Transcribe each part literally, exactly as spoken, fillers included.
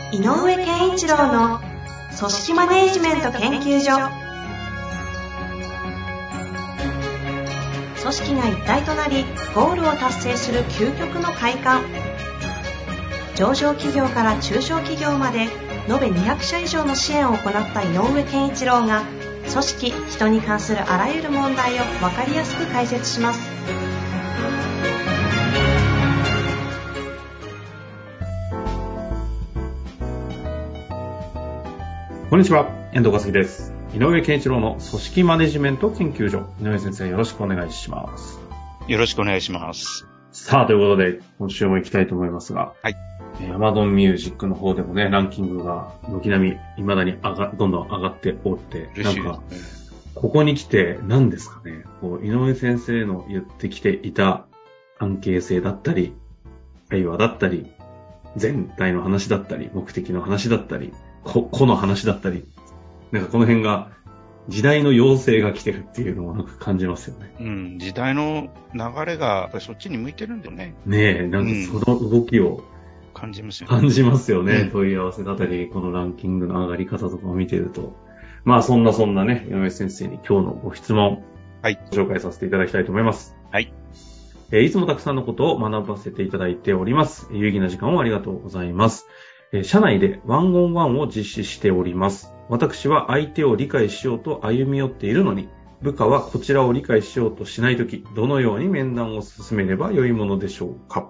井上健一郎の組織マネジメント研究所。組織が一体となりゴールを達成する究極の快感。上場企業から中小企業まで延べにひゃくしゃ以上の支援を行った井上健一郎が、組織・人に関するあらゆる問題を分かりやすく解説します。 こんにちは、遠藤和樹です。井上健一郎の組織マネジメント研究所。井上先生、よろしくお願いします。 よろしくお願いします。 さあ、ということで、今週も行きたいと思いますが、 はい。 Amazon Music の方でもね、ランキングが軒並み未だに上が、どんどん上がっておって、なんか、ここに来て何ですかね、こう井上先生の言ってきていた関係性だったり、会話だったり、全体の話だったり、目的の話だったり、個個の話だったり、なんかこの辺が時代の要請が来てるっていうのをなんか感じますよね。 うん、時代の流れがやっぱりそっちに向いてるんだよね。 ねえ、なんかその動きを、うん感じますよね。 感じますよね、うん。問い合わせだったり、このランキングの上がり方とかを見てると。まあそんなそんなね、井上先生に今日のご質問、はい、ご紹介させていただきたいと思います。 はい。 えー、いつもたくさんのことを学ばせていただいております。有意義な時間をありがとうございます。えー、社内でワンオンワンを実施しております。私は相手を理解しようと歩み寄っているのに、部下はこちらを理解しようとしないとき、どのように面談を進めればよいものでしょうか。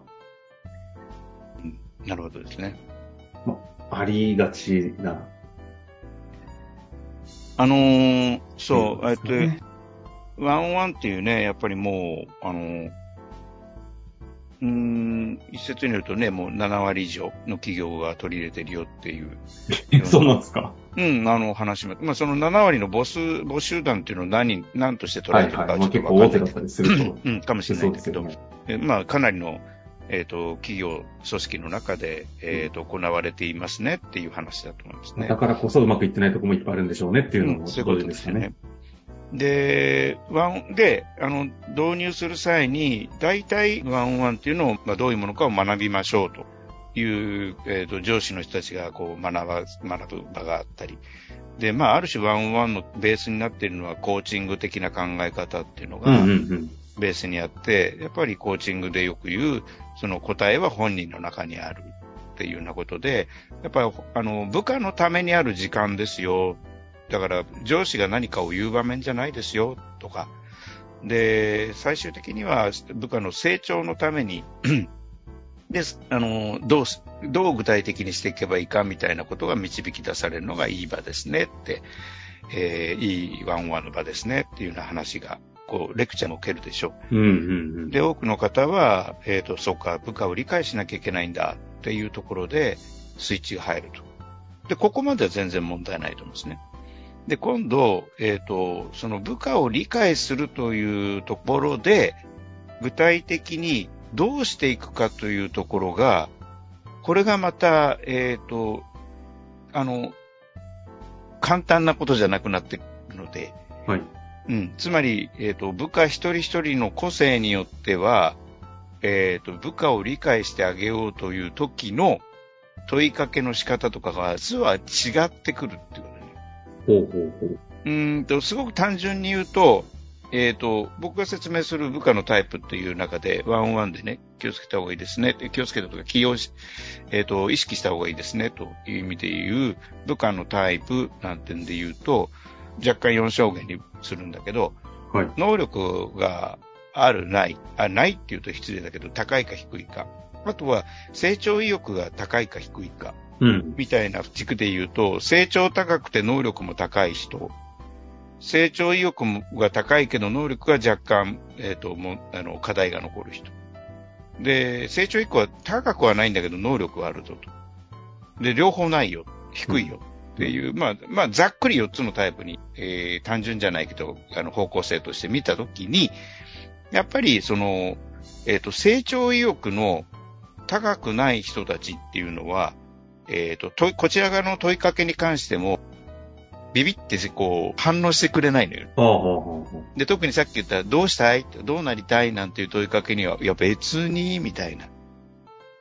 なるほどですね。 まありがちな。 あのー、そう、えっと、ワンオンワンっていうね、やっぱりもう、あのー、うーん、一説によるとね、もうななわり以上の企業が取り入れてるよっていう。 そうなんですか。 うん、あの話も。まあ、そのななわりの母数、母集団っていうのを何、何として捉えてるかはちょっとわかんない。 はいはい、まあ、結構大手だったりすると。 うん、かもしれないんだけど、ね、まあ、かなりの、えっと、企業、組織の中で、えっと、行われていますねっていう話だと思いますね。 だからこそうまくいってないところもいっぱいあるんでしょうねっていうのも、うん、 そういうことですよね。で、ワン、で、あの、導入する際に、大体ワンオンワンっていうのを、まあ、どういうものかを学びましょうという、えっと、上司の人たちがこう、学ば、学ぶ場があったり。で、まあ、ある種ワンオンワンのベースになっているのは、コーチング的な考え方っていうのが、うんうんうんベースにあって、やっぱりコーチングでよく言う、その答えは本人の中にあるっていうようなことで、やっぱりあの部下のためにある時間ですよ。だから上司が何かを言う場面じゃないですよとか。で、最終的には部下の成長のためにで、あの、どう、どう具体的にしていけばいいかみたいなことが導き出されるのがいい場ですねって、えー、いいワンオンワンの場ですねっていうような話がこう、レクチャーも受けるでしょう。うんうんうん、で、多くの方は、えっと、そうか、部下を理解しなきゃいけないんだっていうところで、スイッチが入ると。で、ここまでは全然問題ないと思うんですね。で、今度、えっと、その部下を理解するというところで、具体的にどうしていくかというところが、これがまた、えっと、あの、簡単なことじゃなくなってくるので、はい。うん。つまり、えっと、部下一人一人の個性によっては、えっと、部下を理解してあげようという時の問いかけの仕方とかが、実は違ってくるっていうことね。ほうほうほう。うーんと、すごく単純に言うと、えっと、僕が説明する部下のタイプっていう中で、ワンオンワンでね、気をつけた方がいいですね。気をつけたとか、起用し、えっと、意識した方がいいですね、という意味で言う、部下のタイプなんてんで言うと、若干よん証言にするんだけど、はい、能力がある、ない、あ、ないって言うと失礼だけど、高いか低いか。あとは、成長意欲が高いか低いか。うん、みたいな軸で言うと、成長高くて能力も高い人。成長意欲が高いけど能力が若干、えっと、もあの、課題が残る人。で、成長意欲は高くはないんだけど能力はあるぞと。で、両方ないよ。低いよ。うんっていう、まあ、まあ、ざっくりよっつのタイプに、えー、単純じゃないけど、あの、方向性として見たときに、やっぱり、その、えっと、成長意欲の高くない人たちっていうのは、えっと、問い、こちら側の問いかけに関しても、ビビってこう、反応してくれないのよ。ほうほうほうほう。で、特にさっき言った、どうしたいどうなりたいなんていう問いかけには、いや別に、みたいな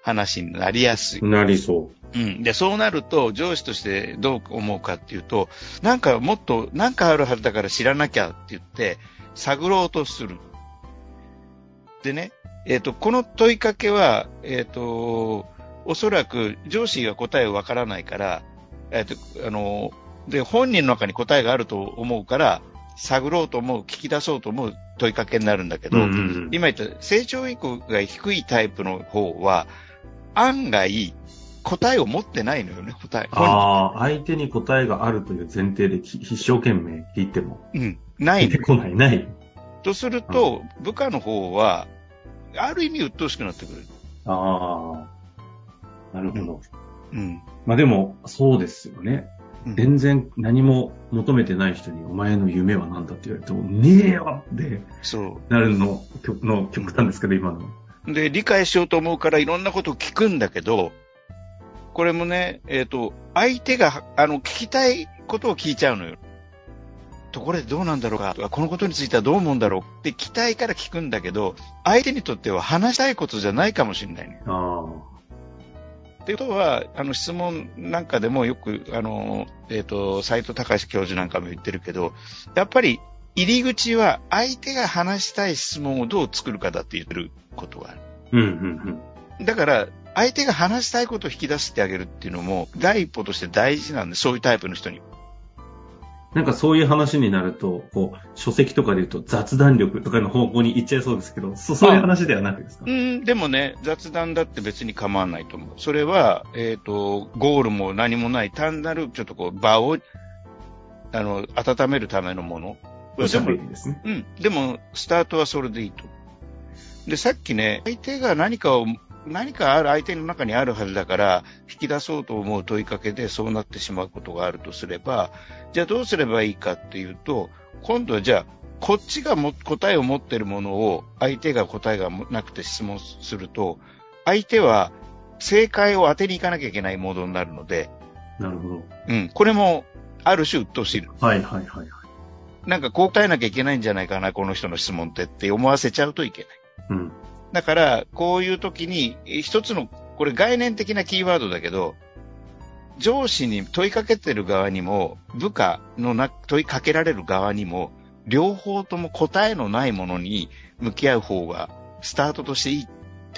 話になりやすい。 なりそう。 うん。で、そうなると、上司としてどう思うかっていうと、なんかもっと、なんかあるはずだから知らなきゃって言って、探ろうとする。でね、えっと、この問いかけは、えっと、おそらく上司が答えをわからないから、えっと、あの、で、本人の中に答えがあると思うから、探ろうと思う、聞き出そうと思う問いかけになるんだけど、 うんうんうん、 今言った成長意向が低いタイプの方は、案外、答えを持ってないのよね、答え。 ああ、相手に答えがあるという前提で一生懸命聞いても。 うん。ない。 出てこない、ない。 とすると、うん、部下の方は、ある意味鬱陶しくなってくる。 ああ、なるほど。 うん。うん、 まあでも、そうですよね。うん、全然何も求めてない人に、お前の夢は何だって言われても、ねえよって、そうなるの、の極端ですけど、今の。 で、理解しようと思うからいろんなことを聞くんだけど、これもね、えっと、相手が、あの、聞きたいことを聞いちゃうのよ。ところでどうなんだろうか、このことについてはどう思うんだろうって聞きたいから聞くんだけど、相手にとっては話したいことじゃないかもしれないね。 ああ。 っていうことは、あの、質問なんかでもよく、あの、えっと、斉藤隆教授なんかも言ってるけど、やっぱり入り口は相手が話したい質問をどう作るかだって言ってることがある。 うんうんうん。だから、相手が話したいことを引き出してあげるっていうのも、第一歩として大事なんで、そういうタイプの人に。 なんかそういう話になると、こう、書籍とかで言うと雑談力とかの方向に行っちゃいそうですけど、そそういう話ではなくですか？ うん、でもね、雑談だって別に構わないと思う。それは、えっと、ゴールも何もない単なるちょっとこう、場を、あの、温めるためのもの。 おしゃべりですね。 うん。でも、スタートはそれでいいと。で、さっきね、相手が何かを、何かある相手の中にあるはずだから引き出そうと思う問いかけでそうなってしまうことがあるとすれば、じゃあどうすればいいかっていうと、今度はじゃあこっちがも答えを持っているものを相手が答えがなくて質問すると、相手は正解を当てに行かなきゃいけないモードになるので、 なるほど。 うん、これもある種鬱陶しい。 はいはいはいはい。 なんかこう答えなきゃいけないんじゃないかな、この人の質問ってって思わせちゃうといけない。 うん。 だから、こういう時に、一つの、これ概念的なキーワードだけど、上司に問いかけてる側にも、部下のな問いかけられる側にも、両方とも答えのないものに向き合う方が、スタートとしていいって。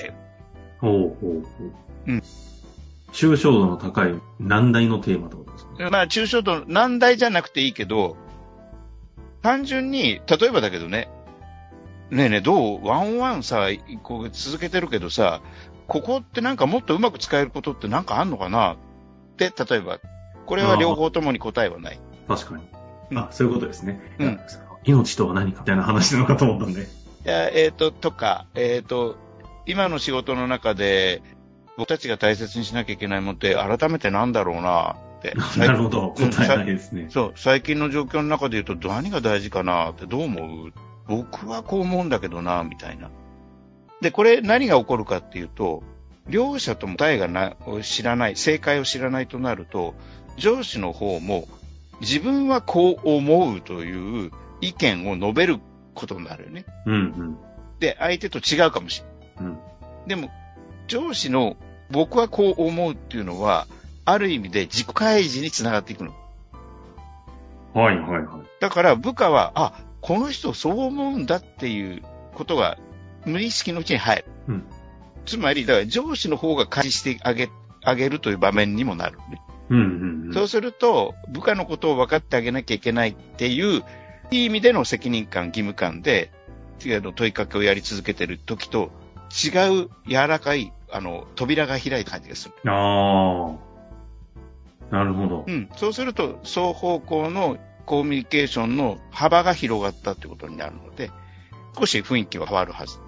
ほうほうほう。 うん。 抽象度の高い難題のテーマってことですか？ まあ、抽象度、難題じゃなくていいけど、単純に、例えばだけどね、ねえねえ、どうワンワンさ、こう続けてるけどさ、ここってなんかもっとうまく使えることってなんかあんのかなって、例えば、これは両方ともに答えはない。 確かに。あ、そういうことですね。うん。命とは何かみたいな話なのかと思ったんで。いや、えっと、とか、えっと、今の仕事の中で、僕たちが大切にしなきゃいけないものって改めてなんだろうなって。 なるほど。答えないですね、 うん。そう。最近の状況の中で言うと何が大事かなってどう思う？僕はこう思うんだけどな、みたいな。で、これ何が起こるかっていうと、両者とも答えがな知らない、正解を知らないとなると、上司の方も自分はこう思うという意見を述べることになるよね。 うんうん。 で、相手と違うかもしれない。うん。でも、上司の僕はこう思うっていうのは、ある意味で自己開示につながっていくの。 はいはいはい。 だから部下は、あ、この人そう思うんだっていうことが無意識のうちに入る。 うん、 つまり、だから上司の方が開示してあげ、あげるという場面にもなる、ね。 うんうんうん、 そうすると、部下のことを分かってあげなきゃいけないっていう、いい意味での責任感、義務感で、問いかけをやり続けている時と違う柔らかい、あの、扉が開いた感じがする。 ああ。なるほど。 うん。そうすると、双方向のコミュニケーションの幅が広がったってことになるので、少し雰囲気は変わるはず。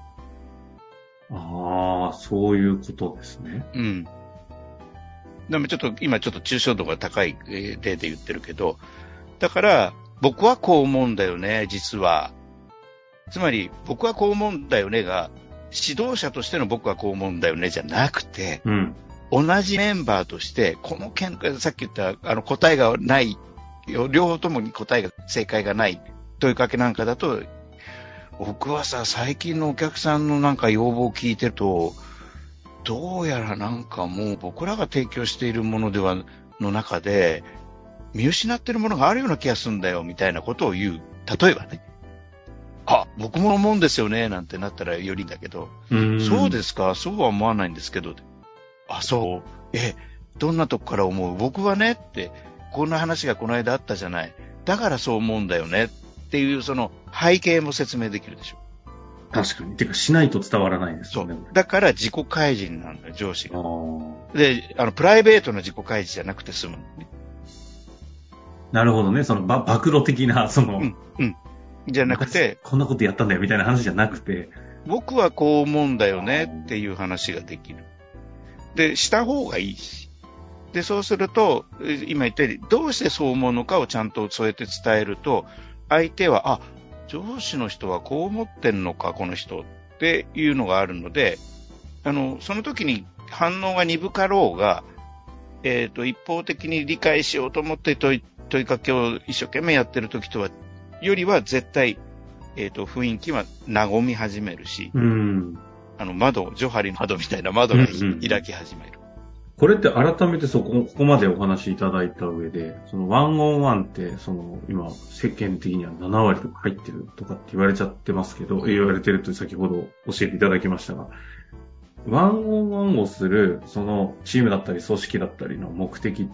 ああ、そういうことですね。 うん。でもちょっと、今ちょっと抽象度が高い例で言ってるけど、だから、僕はこう思うんだよね、実は。つまり、僕はこう思うんだよねが、指導者としての僕はこう思うんだよねじゃなくて、 うん、 同じメンバーとして、この件、さっき言ったあの答えがない、両方ともに答えが、正解がない問いかけなんかだと、僕はさ、最近のお客さんのなんか要望を聞いてると、 どうやらなんかもう僕らが提供しているものでは、の中で、見失ってるものがあるような気がするんだよ、みたいなことを言う。例えばね。あ、僕も思うんですよね、なんてなったらよりいいんだけど。 うんそうですか、そうは思わないんですけど。あ、そう。え、どんなとこから思う？僕はね、って、こんな話がこの間あったじゃない。だからそう思うんだよね、っていうその背景も説明できるでしょ。 確かに。てか、しないと伝わらないですよね。 そう。だから自己開示なんだよ、上司が。 あーで、あの、プライベートな自己開示じゃなくて済むのね。 なるほどね。その、ば、暴露的な、その、 うん、うん。じゃなくて、 こんなことやったんだよみたいな話じゃなくて、 僕はこう思うんだよねっていう話ができる。で、した方がいいし。で、そうすると、今言ったように、どうしてそう思うのかをちゃんとそうやって伝えると、相手は、あ、上司の人はこう思ってんのか、この人っていうのがあるので、あの、その時に反応が鈍かろうが、えっと、一方的に理解しようと思って問い、問いかけを一生懸命やってる時とは、よりは絶対、えっと、雰囲気は和み始めるし、 うん。 あの、窓、ジョハリの窓みたいな窓がひうんうん開き始める。 これって改めてそこ、ここまでお話しいただいた上で、そのワンオンワンって、その今世間的にはなな割とか入ってるとかって言われちゃってますけど、言われてると先ほど教えていただきましたが、ワンオンワンをする、そのチームだったり組織だったりの目的って、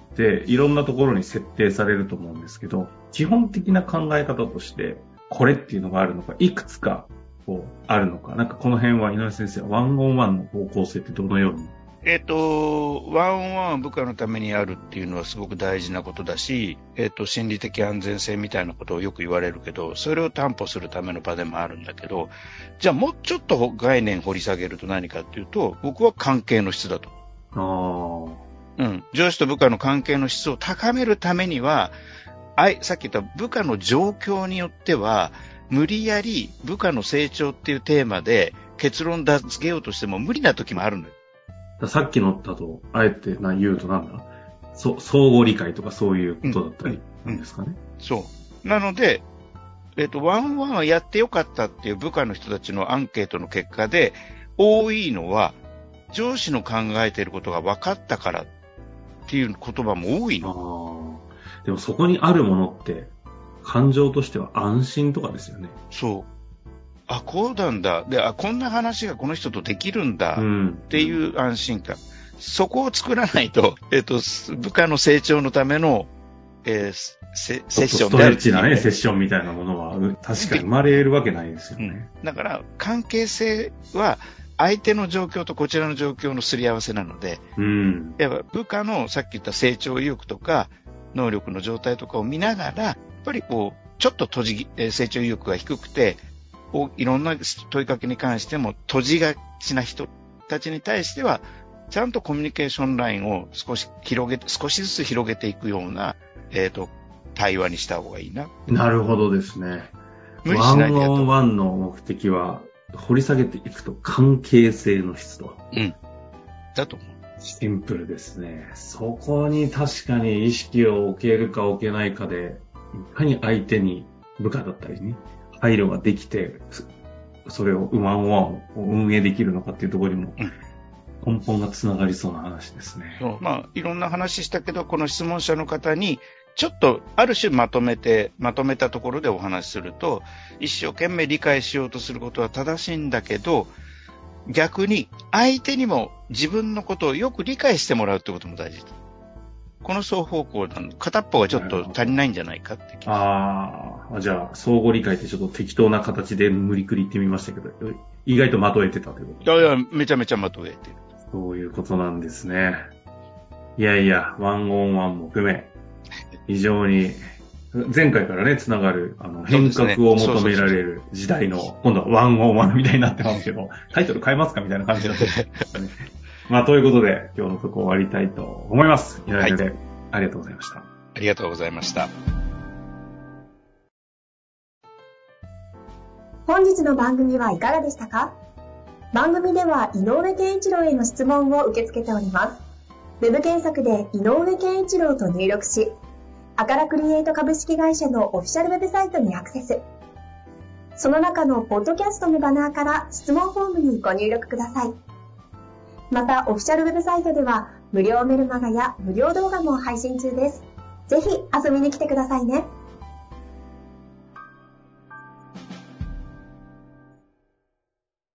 いろんなところに設定されると思うんですけど、基本的な考え方として、これっていうのがあるのか、いくつかこうあるのか、なんかこの辺は井上先生はワンオンワンの方向性ってどのように？ えっと、ワンオンワンは部下のためにあるっていうのはすごく大事なことだし、えっと、心理的安全性みたいなことをよく言われるけど、それを担保するための場でもあるんだけど、じゃあもうちょっと概念掘り下げると何かっていうと、僕は関係の質だと。 ああ。 うん。上司と部下の関係の質を高めるためには、あい、さっき言った部下の状況によっては、無理やり部下の成長っていうテーマで結論出つけようとしても無理な時もあるのよ。 さっきのだと、あえてな言うとなんだそ相互理解とかそういうことだったりなんですかね。 うんうんうん、そう。なので、えっと、ワンワンはやってよかったっていう部下の人たちのアンケートの結果で、多いのは、上司の考えていることが分かったからっていう言葉も多いの。 ああ。でもそこにあるものって、感情としては安心とかですよね。 そう。あ、こうなんだ。で、あ、こんな話がこの人とできるんだ。っていう安心感。うん、そこを作らないと、えっと、部下の成長のための、えー、セ, セッションストレッチなね、セッションみたいなものは、確かに生まれるわけないですよね。 うん、だから、関係性は、相手の状況とこちらの状況のすり合わせなので、 うん、 やっぱ部下のさっき言った成長意欲とか、能力の状態とかを見ながら、やっぱりこう、ちょっと閉じ、成長意欲が低くて、いろんな問いかけに関しても閉じがちな人たちに対しては、ちゃんとコミュニケーションラインを少し広げて、少しずつ広げていくような、えっと、対話にした方がいいな。 なるほどですね。 無理しないでやっと。 ワンオンワンの目的は、掘り下げていくと関係性の質と。 うん。だと思う。 シンプルですね。そこに確かに意識を置けるか置けないかで、いかに相手に部下だったりね、配慮ができて、それをワンオンワンを運営できるのかっていうところにも、根本がつながりそうな話ですね。 そう。まあ、いろんな話したけど、この質問者の方に、ちょっと、ある種まとめて、まとめたところでお話しすると、一生懸命理解しようとすることは正しいんだけど、逆に相手にも自分のことをよく理解してもらうってことも大事。この双方向なの。片っぽがちょっと足りないんじゃないかって気がする。 ああ、じゃあ、相互理解ってちょっと適当な形で無理くり言ってみましたけど、意外とまとえてたということ。 いやいや、めちゃめちゃまとえてる。 そういうことなんですね。いやいや、ワンオンワンも含め、非常に、前回からね、つながる、あの、変革を求められる時代の、今度はワンオンワンみたいになってますけど、タイトル変えますかみたいな感じになってますね。まあ、ということで、今日のとこ終わりたいと思います。井上先生、はい、ありがとうございました。 ありがとうございました。 本日の番組はいかがでしたか？番組では井上健一郎への質問を受け付けております。ウェブ検索で井上健一郎と入力し、アカラクリエイト株式会社のオフィシャルウェブサイトにアクセス。その中のポッドキャストのバナーから質問フォームにご入力ください。 また、オフィシャルウェブサイトでは、無料メルマガや無料動画も配信中です。ぜひ遊びに来てくださいね。